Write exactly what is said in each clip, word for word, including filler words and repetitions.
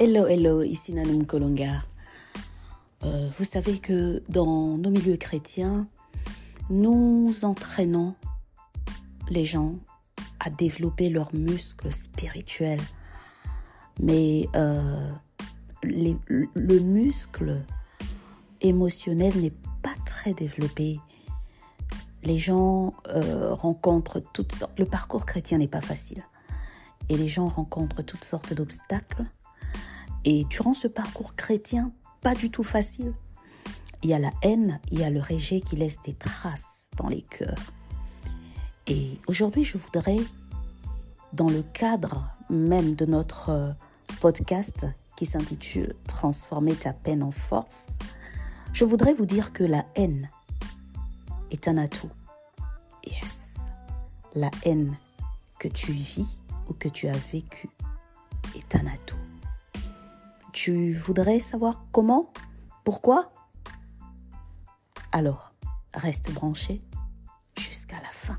Hello, hello, ici Nanoum Kolonga. Euh, vous savez que dans nos milieux chrétiens, nous entraînons les gens à développer leurs muscles spirituels. Mais euh, les, le muscle émotionnel n'est pas très développé. Les gens euh, rencontrent toutes sortes... Le parcours chrétien n'est pas facile. Et les gens rencontrent toutes sortes d'obstacles. Et durant ce parcours chrétien, pas du tout facile, il y a la haine, il y a le rejet qui laisse des traces dans les cœurs. Et aujourd'hui, je voudrais, dans le cadre même de notre podcast qui s'intitule « Transformer ta peine en force », je voudrais vous dire que la haine est un atout. Yes, la haine que tu vis ou que tu as vécue est un atout. Tu voudrais savoir comment? Pourquoi? Alors, reste branché jusqu'à la fin.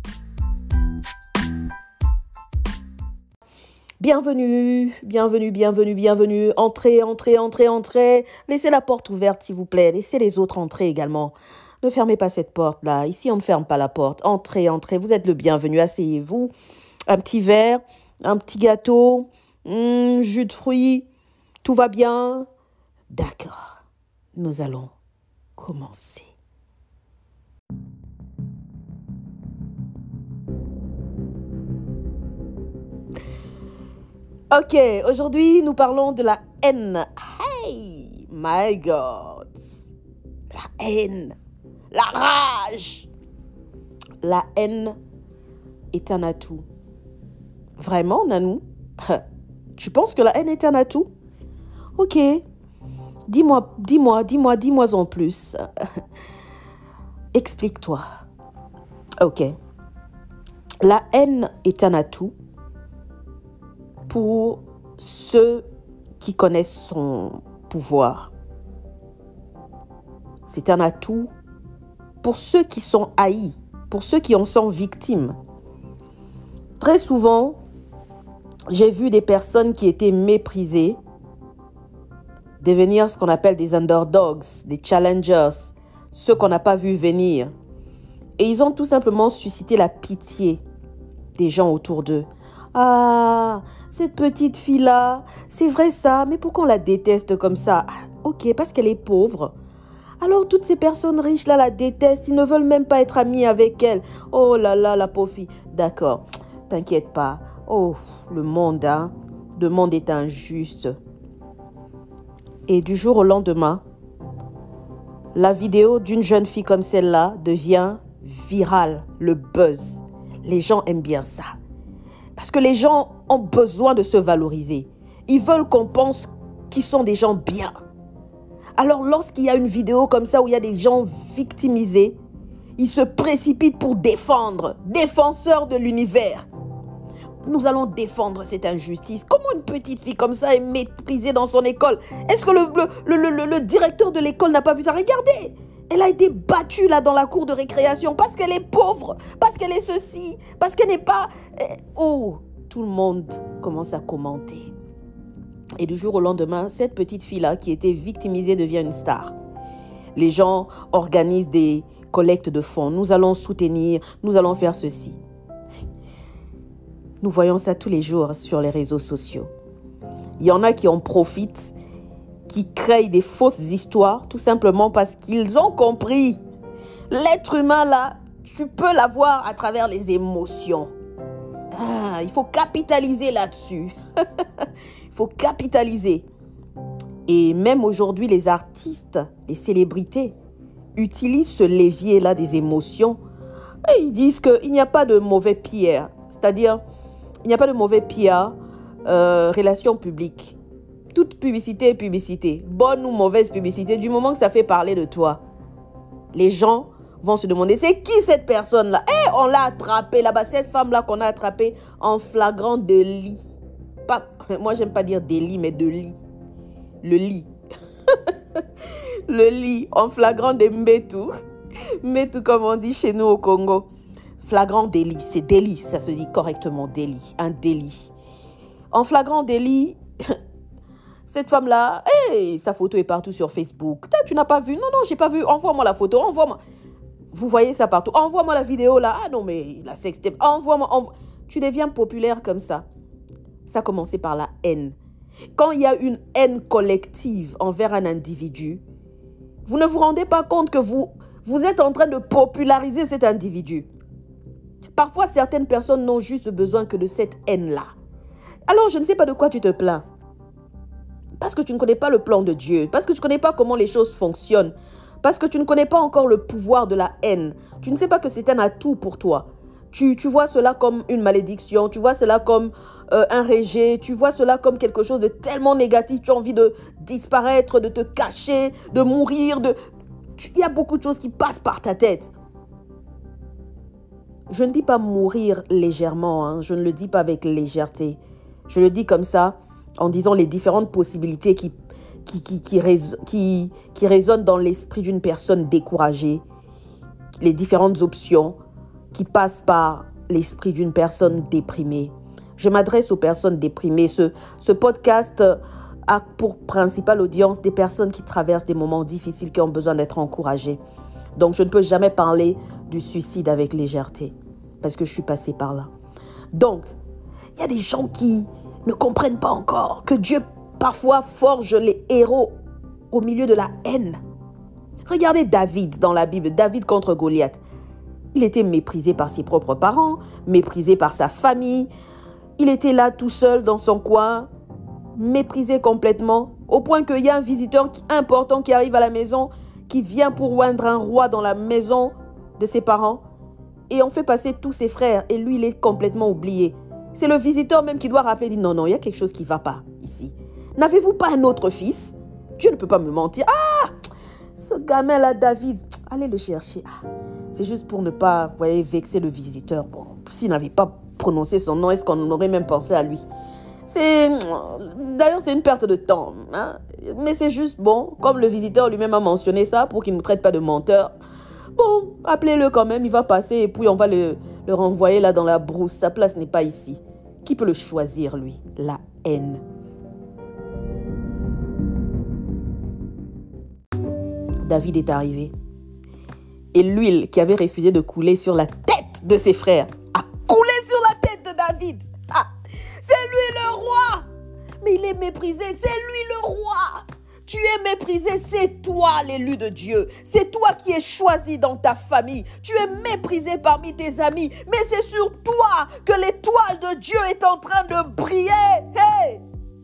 Bienvenue, bienvenue, bienvenue, bienvenue. Entrez, entrez, entrez, entrez. Laissez la porte ouverte, s'il vous plaît. Laissez les autres entrer également. Ne fermez pas cette porte-là. Ici, on ne ferme pas la porte. Entrez, entrez. Vous êtes le bienvenu. Asseyez-vous. Un petit verre, un petit gâteau, mmh, jus de fruits. Tout va bien? D'accord. Nous allons commencer. Ok, aujourd'hui, nous parlons de la haine. Hey, my God. La haine. La rage. La haine est un atout. Vraiment, Nanou? Tu penses que la haine est un atout? Ok. Dis-moi, dis-moi, dis-moi, dis-moi en plus. Explique-toi. Ok. La haine est un atout pour ceux qui connaissent son pouvoir. C'est un atout pour ceux qui sont haïs, pour ceux qui en sont victimes. Très souvent, j'ai vu des personnes qui étaient méprisées devenir ce qu'on appelle des underdogs, des challengers, ceux qu'on n'a pas vu venir. Et ils ont tout simplement suscité la pitié des gens autour d'eux. Ah, cette petite fille-là, c'est vrai ça, mais pourquoi on la déteste comme ça? Ah, ok, parce qu'elle est pauvre. Alors toutes ces personnes riches-là la détestent, ils ne veulent même pas être amis avec elle. Oh là là, la pauvre fille. D'accord, t'inquiète pas. Oh, le monde, hein, le monde est injuste. Et du jour au lendemain, la vidéo d'une jeune fille comme celle-là devient virale, le buzz. Les gens aiment bien ça. Parce que les gens ont besoin de se valoriser. Ils veulent qu'on pense qu'ils sont des gens bien. Alors lorsqu'il y a une vidéo comme ça où il y a des gens victimisés, ils se précipitent pour défendre, défenseurs de l'univers. Nous allons défendre cette injustice. Comment une petite fille comme ça est méprisée dans son école? Est-ce que le, le, le, le, le directeur de l'école n'a pas vu ça? Regardez, elle a été battue là dans la cour de récréation parce qu'elle est pauvre, parce qu'elle est ceci, parce qu'elle n'est pas... Oh, tout le monde commence à commenter. Et du jour au lendemain, cette petite fille-là qui était victimisée devient une star. Les gens organisent des collectes de fonds. Nous allons soutenir, nous allons faire ceci. Nous voyons ça tous les jours sur les réseaux sociaux. Il y en a qui en profitent, qui créent des fausses histoires, tout simplement parce qu'ils ont compris. L'être humain, là, tu peux l'avoir à travers les émotions. Ah, il faut capitaliser là-dessus. Il faut capitaliser. Et même aujourd'hui, les artistes, les célébrités, utilisent ce levier-là des émotions. Et ils disent qu'il n'y a pas de mauvais P R. C'est-à-dire... il n'y a pas de mauvais P R, euh, relations publiques. Toute publicité est publicité. Bonne ou mauvaise publicité, du moment que ça fait parler de toi, les gens vont se demander, c'est qui cette personne-là? Eh, on l'a attrapée là-bas, cette femme-là qu'on a attrapée en flagrant délit. Pas, moi, j'aime pas dire délit, mais de lit. Le lit. Le lit, en flagrant de mbétou. Mbétou, comme on dit chez nous au Congo. Flagrant délit, c'est délit, ça se dit correctement, délit, un délit. En flagrant délit, Cette femme-là, hey, sa photo est partout sur Facebook. Tu n'as pas vu? Non, non, j'ai pas vu. Envoie-moi la photo, envoie-moi. Vous voyez ça partout. Envoie-moi la vidéo là. Ah non, mais la sextape. Envoie-moi. Envo... Tu deviens populaire comme ça. Ça a commencé par la haine. Quand il y a une haine collective envers un individu, vous ne vous rendez pas compte que vous, vous êtes en train de populariser cet individu. Parfois, certaines personnes n'ont juste besoin que de cette haine-là. Alors, je ne sais pas de quoi tu te plains. Parce que tu ne connais pas le plan de Dieu. Parce que tu ne connais pas comment les choses fonctionnent. Parce que tu ne connais pas encore le pouvoir de la haine. Tu ne sais pas que c'est un atout pour toi. Tu, tu vois cela comme une malédiction. Tu vois cela comme euh, un rejet. Tu vois cela comme quelque chose de tellement négatif. Tu as envie de disparaître, de te cacher, de mourir. De... Tu... Il y a beaucoup de choses qui passent par ta tête. Je ne dis pas mourir légèrement. Hein. Je ne le dis pas avec légèreté. Je le dis comme ça, en disant les différentes possibilités qui, qui, qui, qui, rés, qui, qui résonnent dans l'esprit d'une personne découragée, les différentes options qui passent par l'esprit d'une personne déprimée. Je m'adresse aux personnes déprimées. Ce, ce podcast a pour principale audience des personnes qui traversent des moments difficiles, qui ont besoin d'être encouragées. Donc, je ne peux jamais parler du suicide avec légèreté, parce que je suis passée par là. Donc, il y a des gens qui ne comprennent pas encore que Dieu parfois forge les héros au milieu de la haine. Regardez David dans la Bible, David contre Goliath. Il était méprisé par ses propres parents, méprisé par sa famille. Il était là tout seul dans son coin, méprisé complètement, au point qu'il y a un visiteur important qui arrive à la maison, qui vient pour oindre un roi dans la maison de ses parents. Et on fait passer tous ses frères et lui, il est complètement oublié. C'est le visiteur même qui doit rappeler, dit non, non, il y a quelque chose qui ne va pas ici. N'avez-vous pas un autre fils? Dieu ne peut pas me mentir. Ah, ce gamin-là, David, allez le chercher. Ah, c'est juste pour ne pas, vous voyez, vexer le visiteur. Bon, s'il n'avait pas prononcé son nom, est-ce qu'on aurait même pensé à lui? C'est, d'ailleurs, c'est une perte de temps. Hein? Mais c'est juste, bon, comme le visiteur lui-même a mentionné ça, pour qu'il ne nous traite pas de menteur. Bon, appelez-le quand même, il va passer et puis on va le, le renvoyer là dans la brousse. Sa place n'est pas ici. Qui peut le choisir, lui? La haine. David est arrivé. Et l'huile qui avait refusé de couler sur la tête de ses frères a coulé sur la tête de David. Ah, c'est lui le roi. Mais il est méprisé, c'est lui le roi. Tu es méprisé, c'est toi l'élu de Dieu. C'est toi qui es choisi dans ta famille. Tu es méprisé parmi tes amis. Mais c'est sur toi que l'étoile de Dieu est en train de briller. Hey!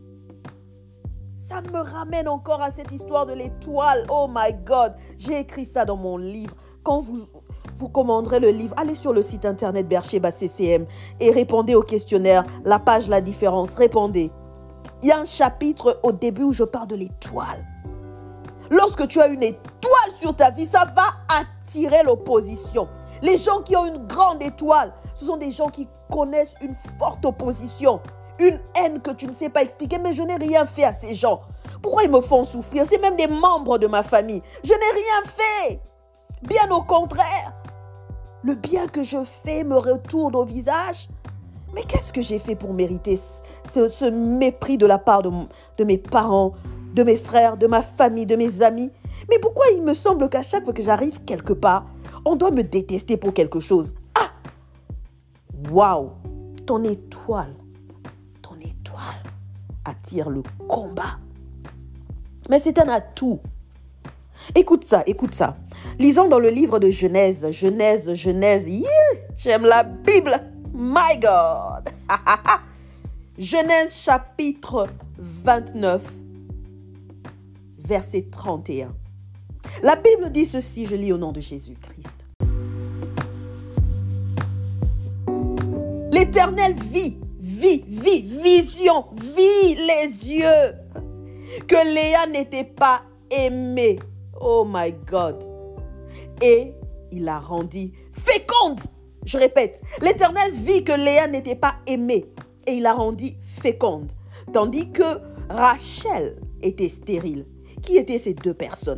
Ça me ramène encore à cette histoire de l'étoile. Oh my God. J'ai écrit ça dans mon livre. Quand vous, vous commanderez le livre, allez sur le site internet Beersheba C C M et répondez au questionnaire. La page La Différence. Répondez. Il y a un chapitre au début où je parle de l'étoile. Lorsque tu as une étoile sur ta vie, ça va attirer l'opposition. Les gens qui ont une grande étoile, ce sont des gens qui connaissent une forte opposition. Une haine que tu ne sais pas expliquer, mais je n'ai rien fait à ces gens. Pourquoi ils me font souffrir? C'est même des membres de ma famille. Je n'ai rien fait. Bien au contraire. Le bien que je fais me retourne au visage. Mais qu'est-ce que j'ai fait pour mériter ce, ce mépris de la part de, de mes parents, de mes frères, de ma famille, de mes amis? Mais pourquoi il me semble qu'à chaque fois que j'arrive quelque part, on doit me détester pour quelque chose? Ah! Waouh! Ton étoile, ton étoile attire le combat. Mais c'est un atout. Écoute ça, écoute ça. Lisons dans le livre de Genèse, Genèse, Genèse. Yeah, j'aime la Bible. My God! Genèse chapitre vingt-neuf, verset trente et un. La Bible dit ceci, je lis au nom de Jésus-Christ. L'Éternel vit, vit, vit, vision, vit les yeux, que Léa n'était pas aimée. Oh my God! Et il la rendit féconde. Je répète, l'Éternel vit que Léa n'était pas aimée et il la rendit féconde, tandis que Rachel était stérile. Qui étaient ces deux personnes?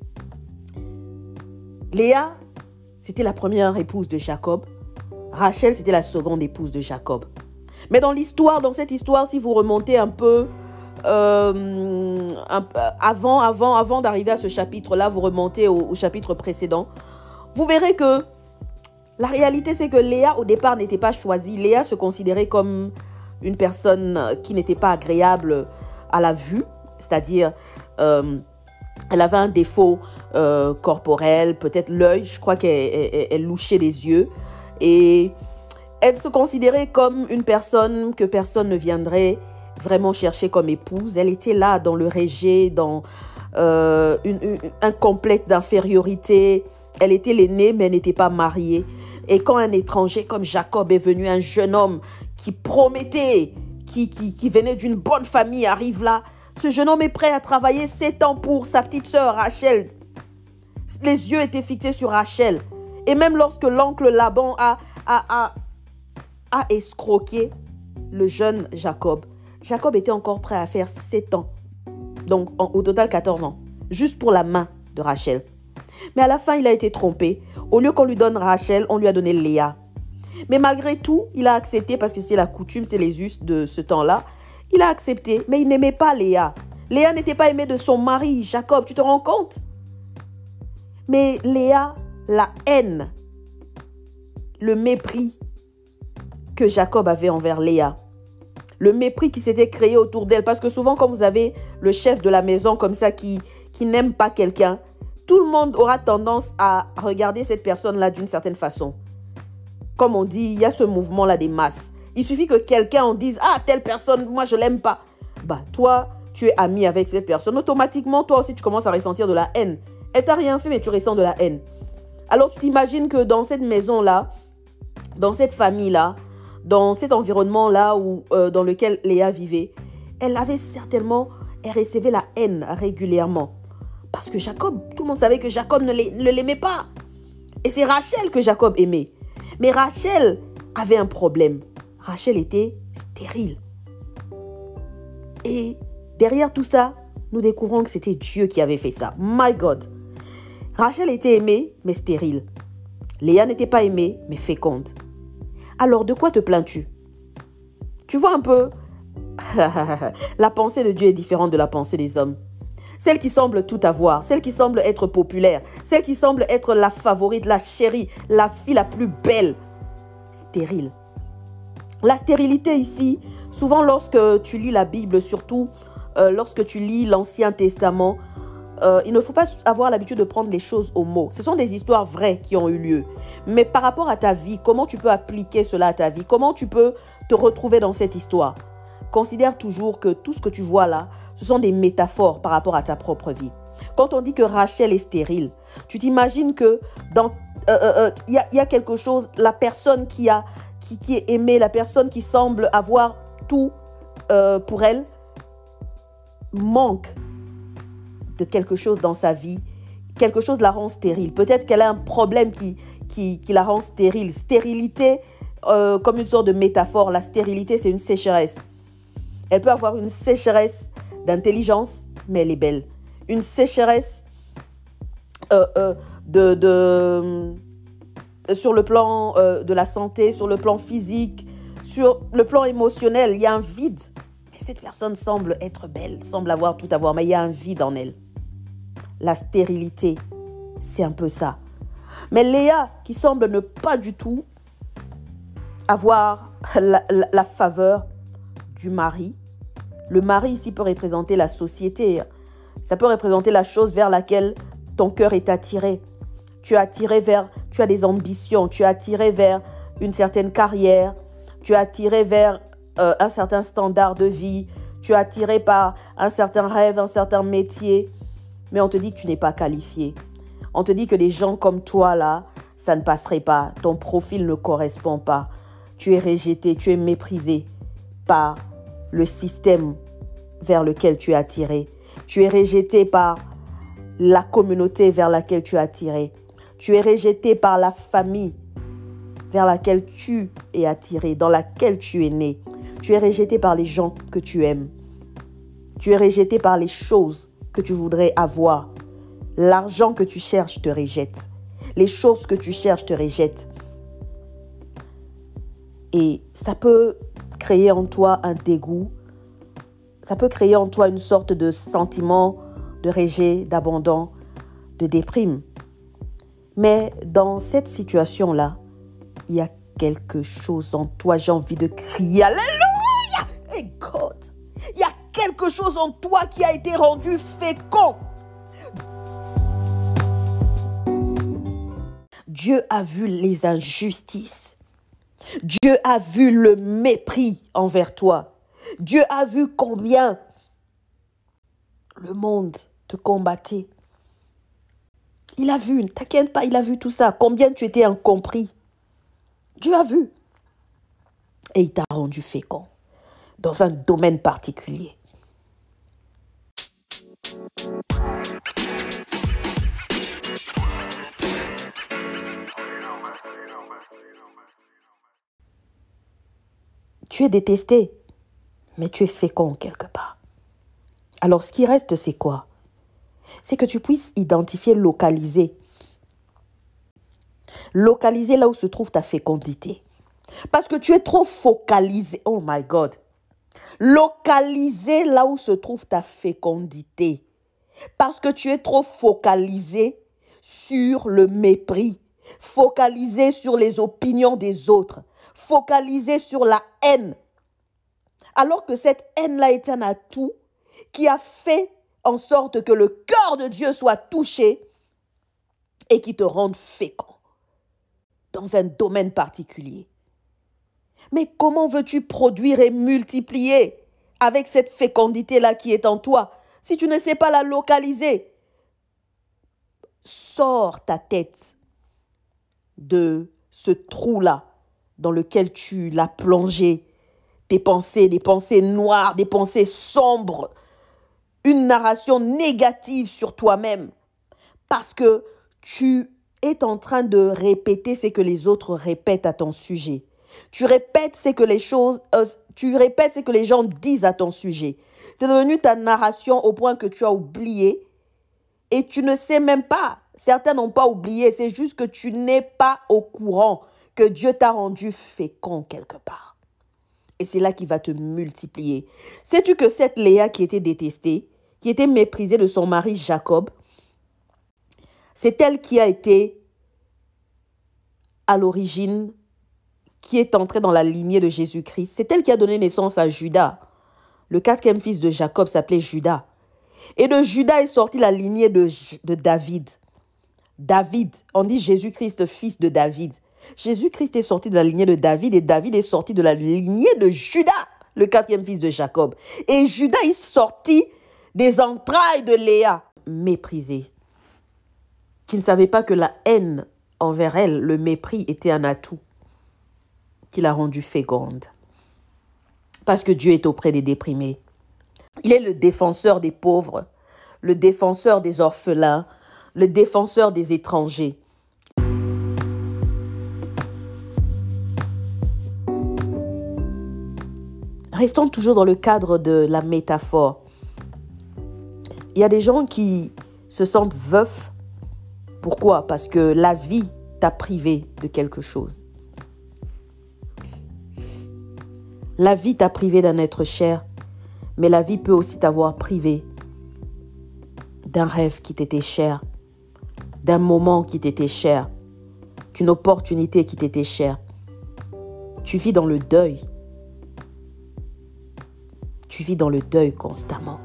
Léa, c'était la première épouse de Jacob. Rachel, c'était la seconde épouse de Jacob. Mais dans l'histoire, dans cette histoire, si vous remontez un peu euh, un, avant, avant, avant d'arriver à ce chapitre-là, vous remontez au, au chapitre précédent, vous verrez que la réalité, c'est que Léa, au départ, n'était pas choisie. Léa se considérait comme une personne qui n'était pas agréable à la vue, c'est-à-dire, euh, elle avait un défaut euh, corporel, peut-être l'œil, je crois qu'elle elle, elle louchait des yeux, et elle se considérait comme une personne que personne ne viendrait vraiment chercher comme épouse. Elle était là dans le rejet, dans euh, une, une, un complexe d'infériorité. Elle était l'aînée, mais elle n'était pas mariée. Et quand un étranger comme Jacob est venu, un jeune homme qui promettait, qui, qui, qui venait d'une bonne famille, arrive là, ce jeune homme est prêt à travailler sept ans pour sa petite sœur Rachel. Les yeux étaient fixés sur Rachel. Et même lorsque l'oncle Laban a, a, a, a escroqué le jeune Jacob, Jacob était encore prêt à faire sept ans. Donc en, au total quatorze ans. Juste pour la main de Rachel. Mais à la fin, il a été trompé. Au lieu qu'on lui donne Rachel, on lui a donné Léa. Mais malgré tout, il a accepté parce que c'est la coutume, c'est les us de ce temps-là. Il a accepté, mais il n'aimait pas Léa. Léa n'était pas aimée de son mari, Jacob, tu te rends compte? Mais Léa, la haine, le mépris que Jacob avait envers Léa, le mépris qui s'était créé autour d'elle, parce que souvent quand vous avez le chef de la maison comme ça qui, qui n'aime pas quelqu'un, tout le monde aura tendance à regarder cette personne-là d'une certaine façon. Comme on dit, il y a ce mouvement-là des masses. Il suffit que quelqu'un en dise « Ah, telle personne, moi je l'aime pas ». Bah, toi, tu es ami avec cette personne. Automatiquement, toi aussi, tu commences à ressentir de la haine. Elle t'a rien fait, mais tu ressens de la haine. Alors, tu t'imagines que dans cette maison-là, dans cette famille-là, dans cet environnement-là où, euh, dans lequel Léa vivait, elle avait certainement, elle recevait la haine régulièrement. Parce que Jacob, tout le monde savait que Jacob ne l'aimait pas. Et c'est Rachel que Jacob aimait. Mais Rachel avait un problème. Rachel était stérile. Et derrière tout ça, nous découvrons que c'était Dieu qui avait fait ça. My God. Rachel était aimée, mais stérile. Léa n'était pas aimée, mais féconde. Alors, de quoi te plains-tu? Tu vois un peu, la pensée de Dieu est différente de la pensée des hommes. Celle qui semble tout avoir, celle qui semble être populaire, celle qui semble être la favorite, la chérie, la fille la plus belle, stérile. La stérilité ici, souvent lorsque tu lis la Bible, surtout euh, lorsque tu lis l'Ancien Testament, euh, il ne faut pas avoir l'habitude de prendre les choses au mot. Ce sont des histoires vraies qui ont eu lieu. Mais par rapport à ta vie, comment tu peux appliquer cela à ta vie? Comment tu peux te retrouver dans cette histoire? Considère toujours que tout ce que tu vois là, ce sont des métaphores par rapport à ta propre vie. Quand on dit que Rachel est stérile, tu t'imagines que dans euh, euh, y a, y a quelque chose, la personne qui, a, qui, qui est aimée, la personne qui semble avoir tout euh, pour elle, manque de quelque chose dans sa vie. Quelque chose la rend stérile. Peut-être qu'elle a un problème qui, qui, qui la rend stérile. Stérilité, euh, comme une sorte de métaphore, la stérilité, c'est une sécheresse. Elle peut avoir une sécheresse d'intelligence, mais elle est belle. Une sécheresse euh, euh, de, de, sur le plan euh, de la santé, sur le plan physique, sur le plan émotionnel. Il y a un vide. Mais cette personne semble être belle, semble avoir tout avoir, mais il y a un vide en elle. La stérilité, c'est un peu ça. Mais Léa, qui semble ne pas du tout avoir la, la, la faveur du mari. Le mari ici peut représenter la société. Ça peut représenter la chose vers laquelle ton cœur est attiré. Tu es attiré vers, tu as des ambitions, tu es attiré vers une certaine carrière, tu es attiré vers euh, un certain standard de vie, tu es attiré par un certain rêve, un certain métier, mais on te dit que tu n'es pas qualifié. On te dit que des gens comme toi là, ça ne passerait pas, ton profil ne correspond pas. Tu es rejeté, tu es méprisé par le système vers lequel tu es attiré. Tu es rejeté par la communauté vers laquelle tu es attiré. Tu es rejeté par la famille vers laquelle tu es attiré, dans laquelle tu es né. Tu es rejeté par les gens que tu aimes. Tu es rejeté par les choses que tu voudrais avoir. L'argent que tu cherches te rejette. Les choses que tu cherches te rejettent. Et ça peut créer en toi un dégoût. ça peut créer en toi une sorte de sentiment de rejet, d'abandon, de déprime. Mais dans cette situation-là, il y a quelque chose en toi, j'ai envie de crier Alléluia! Hey God! Il y a quelque chose en toi qui a été rendu fécond. Dieu a vu les injustices. Dieu a vu le mépris envers toi. Dieu a vu combien le monde te combattait. Il a vu, ne t'inquiète pas, il a vu tout ça. Combien tu étais incompris. Dieu a vu. Et il t'a rendu fécond dans un domaine particulier. Tu es détesté, mais tu es fécond quelque part. Alors, ce qui reste, c'est quoi? C'est que tu puisses identifier, localiser. Localiser là où se trouve ta fécondité. Parce que tu es trop focalisé. Oh my God. Localiser là où se trouve ta fécondité. Parce que tu es trop focalisé sur le mépris. Focalisé sur les opinions des autres. Focalisé sur la haine. Alors que cette haine-là est un atout qui a fait en sorte que le cœur de Dieu soit touché et qui te rende fécond dans un domaine particulier. Mais comment veux-tu produire et multiplier avec cette fécondité-là qui est en toi si tu ne sais pas la localiser? Sors ta tête de ce trou-là dans lequel tu l'as plongé. Des pensées, des pensées noires, des pensées sombres. Une narration négative sur toi-même. Parce que tu es en train de répéter ce que les autres répètent à ton sujet. Tu répètes ce que les choses, euh, tu répètes ce que les gens disent à ton sujet. C'est devenu ta narration au point que tu as oublié et tu ne sais même pas. Certains n'ont pas oublié, c'est juste que tu n'es pas au courant que Dieu t'a rendu fécond quelque part. Et c'est là qu'il va te multiplier. Sais-tu que cette Léa qui était détestée, qui était méprisée de son mari Jacob, c'est elle qui a été à l'origine, qui est entrée dans la lignée de Jésus-Christ. C'est elle qui a donné naissance à Judas. Le quatrième fils de Jacob s'appelait Judas. Et de Judas est sortie la lignée de, de David. David, on dit Jésus-Christ, fils de David. Jésus-Christ est sorti de la lignée de David et David est sorti de la lignée de Judas, le quatrième fils de Jacob. Et Judas est sorti des entrailles de Léa, méprisée. Qui ne savait pas que la haine envers elle, le mépris, était un atout qui l'a rendue féconde. Parce que Dieu est auprès des déprimés. Il est le défenseur des pauvres, le défenseur des orphelins, le défenseur des étrangers. Restons toujours dans le cadre de la métaphore. Il y a des gens qui se sentent veufs. Pourquoi? Parce que la vie t'a privé de quelque chose. La vie t'a privé d'un être cher, mais la vie peut aussi t'avoir privé d'un rêve qui t'était cher, d'un moment qui t'était cher, d'une opportunité qui t'était chère. Tu vis dans le deuil. Tu vis dans le deuil constamment.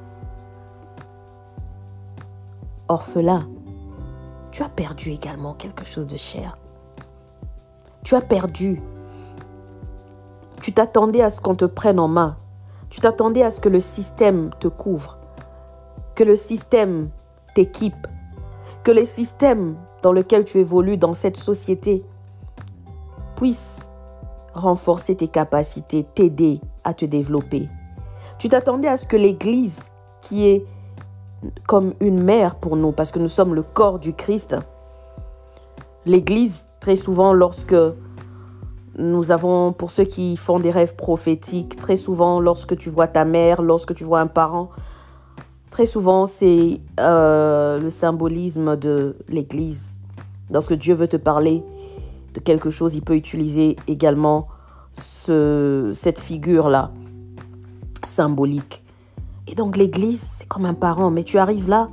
Orphelin, tu as perdu également quelque chose de cher. Tu as perdu. Tu t'attendais à ce qu'on te prenne en main. Tu t'attendais à ce que le système te couvre, que le système t'équipe, que le système dans lequel tu évolues dans cette société puisse renforcer tes capacités, t'aider à te développer. Tu t'attendais à ce que l'Église, qui est comme une mère pour nous, parce que nous sommes le corps du Christ, l'Église, très souvent, lorsque nous avons, pour ceux qui font des rêves prophétiques, très souvent, lorsque tu vois ta mère, lorsque tu vois un parent, très souvent, c'est euh, le symbolisme de l'Église. Lorsque Dieu veut te parler de quelque chose, il peut utiliser également ce, cette figure-là, symbolique. Et donc l'église, c'est comme un parent. Mais tu arrives là,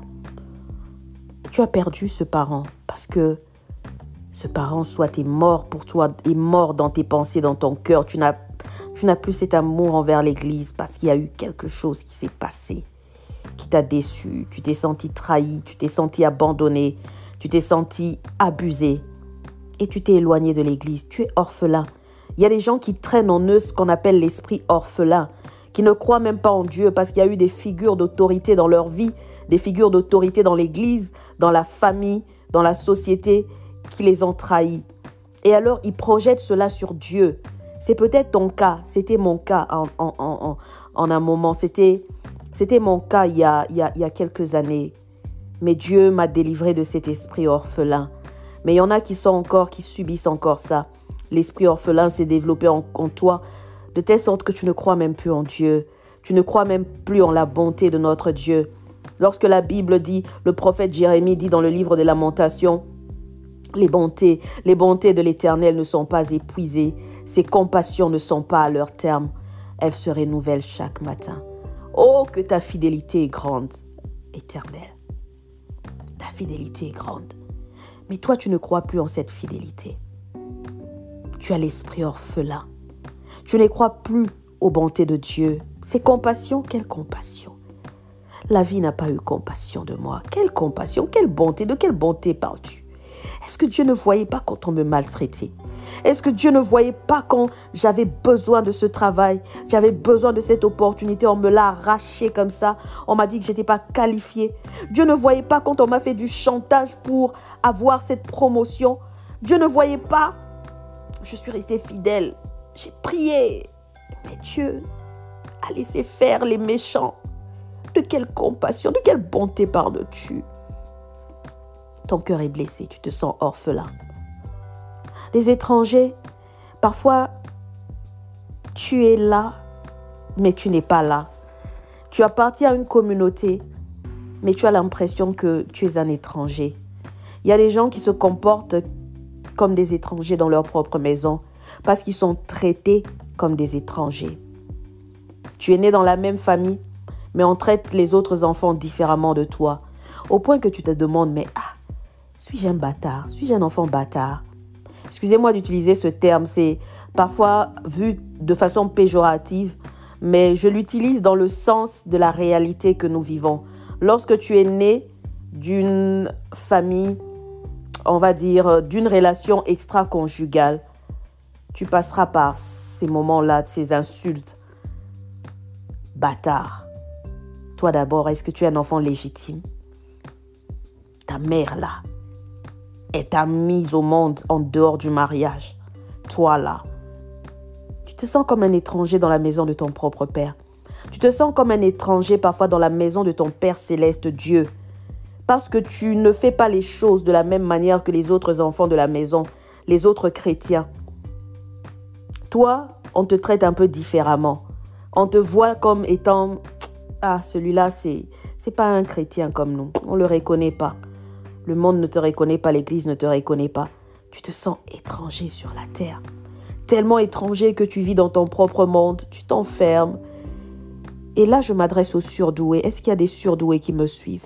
tu as perdu ce parent parce que ce parent soit est mort pour toi, est mort dans tes pensées, dans ton cœur. Tu n'as, tu n'as plus cet amour envers l'église parce qu'il y a eu quelque chose qui s'est passé, qui t'a déçu. Tu t'es senti trahi, tu t'es senti abandonné, tu t'es senti abusé et tu t'es éloigné de l'église. Tu es orphelin. Il y a des gens qui traînent en eux ce qu'on appelle l'esprit orphelin, qui ne croient même pas en Dieu parce qu'il y a eu des figures d'autorité dans leur vie, des figures d'autorité dans l'église, dans la famille, dans la société, qui les ont trahis. Et alors, ils projettent cela sur Dieu. C'est peut-être ton cas, c'était mon cas en, en, en, en un moment, c'était, c'était mon cas il y, a, il, y a, il y a quelques années. Mais Dieu m'a délivré de cet esprit orphelin. Mais il y en a qui sont encore, qui subissent encore ça. L'esprit orphelin s'est développé en, en toi, de telle sorte que tu ne crois même plus en Dieu. Tu ne crois même plus en la bonté de notre Dieu. Lorsque la Bible dit, le prophète Jérémie dit dans le livre des Lamentations, les bontés, les bontés de l'Éternel ne sont pas épuisées. Ses compassions ne sont pas à leur terme. Elles se renouvellent chaque matin. Oh, que ta fidélité est grande, Éternel. Ta fidélité est grande. Mais toi, tu ne crois plus en cette fidélité. Tu as l'esprit orphelin. Tu ne crois plus aux bontés de Dieu. Ses compassions, quelle compassion? La vie n'a pas eu compassion de moi. Quelle compassion, quelle bonté, de quelle bonté parles-tu? Est-ce que Dieu ne voyait pas quand on me maltraitait? Est-ce que Dieu ne voyait pas quand j'avais besoin de ce travail? J'avais besoin de cette opportunité, on me l'a arraché comme ça. On m'a dit que je n'étais pas qualifiée. Dieu ne voyait pas quand on m'a fait du chantage pour avoir cette promotion. Dieu ne voyait pas. Je suis restée fidèle. J'ai prié. Mais Dieu a laissé faire les méchants. De quelle compassion, de quelle bonté parles-tu? Ton cœur est blessé, tu te sens orphelin. Les étrangers, parfois, tu es là, mais tu n'es pas là. Tu appartiens à une communauté, mais tu as l'impression que tu es un étranger. Il y a des gens qui se comportent comme des étrangers dans leur propre maison parce qu'ils sont traités comme des étrangers. Tu es né dans la même famille, mais on traite les autres enfants différemment de toi, au point que tu te demandes, mais ah, suis-je un bâtard? Suis-je un enfant bâtard? Excusez-moi d'utiliser ce terme, c'est parfois vu de façon péjorative, mais je l'utilise dans le sens de la réalité que nous vivons. Lorsque tu es né d'une famille, on va dire, d'une relation extra-conjugale, tu passeras par ces moments-là, ces insultes. Bâtard. Toi d'abord, est-ce que tu es un enfant légitime? Ta mère là, elle t'a mise au monde en dehors du mariage. Toi là, tu te sens comme un étranger dans la maison de ton propre père. Tu te sens comme un étranger parfois dans la maison de ton Père céleste Dieu. Parce que tu ne fais pas les choses de la même manière que les autres enfants de la maison, les autres chrétiens. Toi, on te traite un peu différemment. On te voit comme étant, ah, celui-là, c'est, c'est pas un chrétien comme nous. On le reconnaît pas. Le monde ne te reconnaît pas, l'église ne te reconnaît pas. Tu te sens étranger sur la terre. Tellement étranger que tu vis dans ton propre monde. Tu t'enfermes. Et là, je m'adresse aux surdoués. Est-ce qu'il y a des surdoués qui me suivent?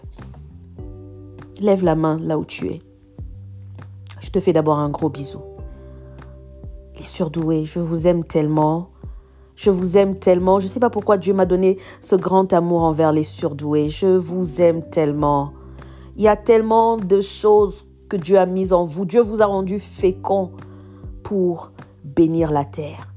Lève la main là où tu es. Je te fais d'abord un gros bisou. Les surdoués, je vous aime tellement. Je vous aime tellement. Je ne sais pas pourquoi Dieu m'a donné ce grand amour envers les surdoués. Je vous aime tellement. Il y a tellement de choses que Dieu a mises en vous. Dieu vous a rendu fécond pour bénir la terre.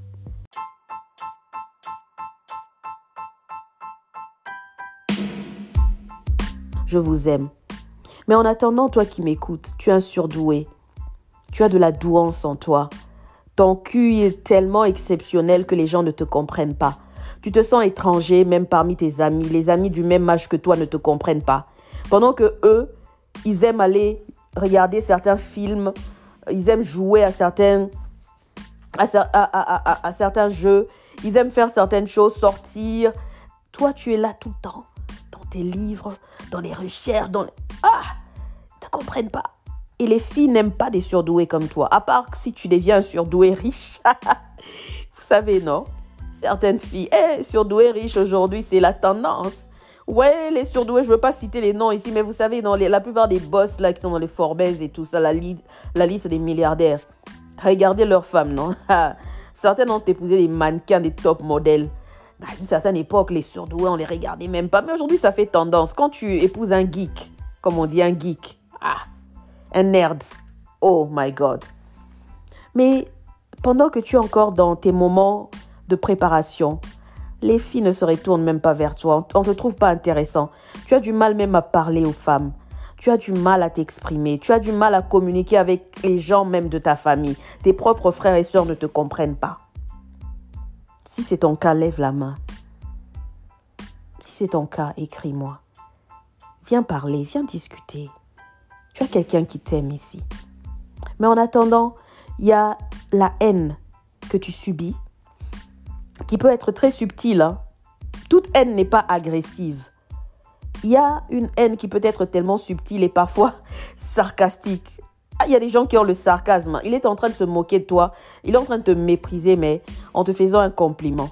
Je vous aime. Mais en attendant, toi qui m'écoutes, tu es un surdoué. Tu as de la douance en toi. Ton cul est tellement exceptionnel que les gens ne te comprennent pas. Tu te sens étranger même parmi tes amis. Les amis du même âge que toi ne te comprennent pas. Pendant que eux, ils aiment aller regarder certains films, ils aiment jouer à certains, à, à, à, à, à certains jeux, ils aiment faire certaines choses, sortir. Toi, tu es là tout le temps, dans tes livres, dans les recherches, dans les... Ah, ils ne te comprennent pas. Et les filles n'aiment pas des surdoués comme toi, à part si tu deviens un surdoué riche. Vous savez, non? Certaines filles, hey, surdoué riche aujourd'hui, c'est la tendance. Ouais, les surdoués, je ne veux pas citer les noms ici, mais vous savez, dans les, la plupart des boss là, qui sont dans les Forbes et tout ça, la, li, la liste des milliardaires, regardez leurs femmes, non? Certaines ont épousé des mannequins, des top modèles. À une certaine époque, les surdoués, on les regardait même pas. Mais aujourd'hui, ça fait tendance. Quand tu épouses un geek, comme on dit, un geek, ah, un nerd, oh my God. Mais pendant que tu es encore dans tes moments de préparation, les filles ne se retournent même pas vers toi. On ne te trouve pas intéressant. Tu as du mal même à parler aux femmes. Tu as du mal à t'exprimer. Tu as du mal à communiquer avec les gens même de ta famille. Tes propres frères et sœurs ne te comprennent pas. Si c'est ton cas, lève la main. Si c'est ton cas, écris-moi. Viens parler, viens discuter. Tu as quelqu'un qui t'aime ici. Mais en attendant, il y a la haine que tu subis, qui peut être très subtile. Hein. Toute haine n'est pas agressive. Il y a une haine qui peut être tellement subtile et parfois sarcastique. Ah, il y a des gens qui ont le sarcasme. Il est en train de se moquer de toi. Il est en train de te mépriser, mais en te faisant un compliment.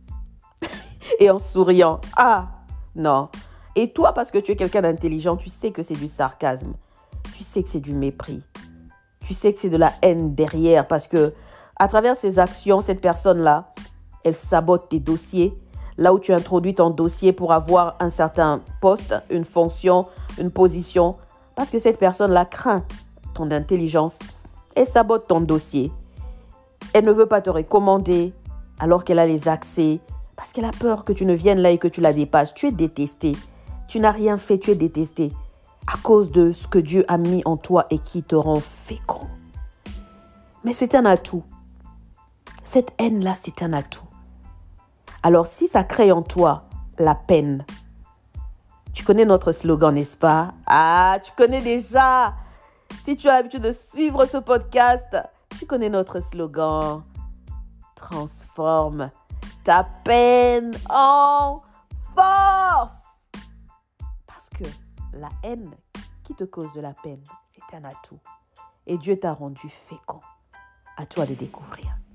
Et en souriant. Ah, non. Et toi, parce que tu es quelqu'un d'intelligent, tu sais que c'est du sarcasme. Tu sais que c'est du mépris. Tu sais que c'est de la haine derrière parce que à travers ses actions, cette personne-là, elle sabote tes dossiers. Là où tu introduis ton dossier pour avoir un certain poste, une fonction, une position. Parce que cette personne-là craint ton intelligence. Elle sabote ton dossier. Elle ne veut pas te recommander alors qu'elle a les accès. Parce qu'elle a peur que tu ne viennes là et que tu la dépasses. Tu es détesté. Tu n'as rien fait, tu es détesté. À cause de ce que Dieu a mis en toi et qui te rend fécond. Mais c'est un atout. Cette haine-là, c'est un atout. Alors, si ça crée en toi la peine, tu connais notre slogan, n'est-ce pas? Ah, tu connais déjà. Si tu as l'habitude de suivre ce podcast, tu connais notre slogan. Transforme ta peine en force. Parce que la haine qui te cause de la peine, c'est un atout. Et Dieu t'a rendu fécond. À toi de découvrir.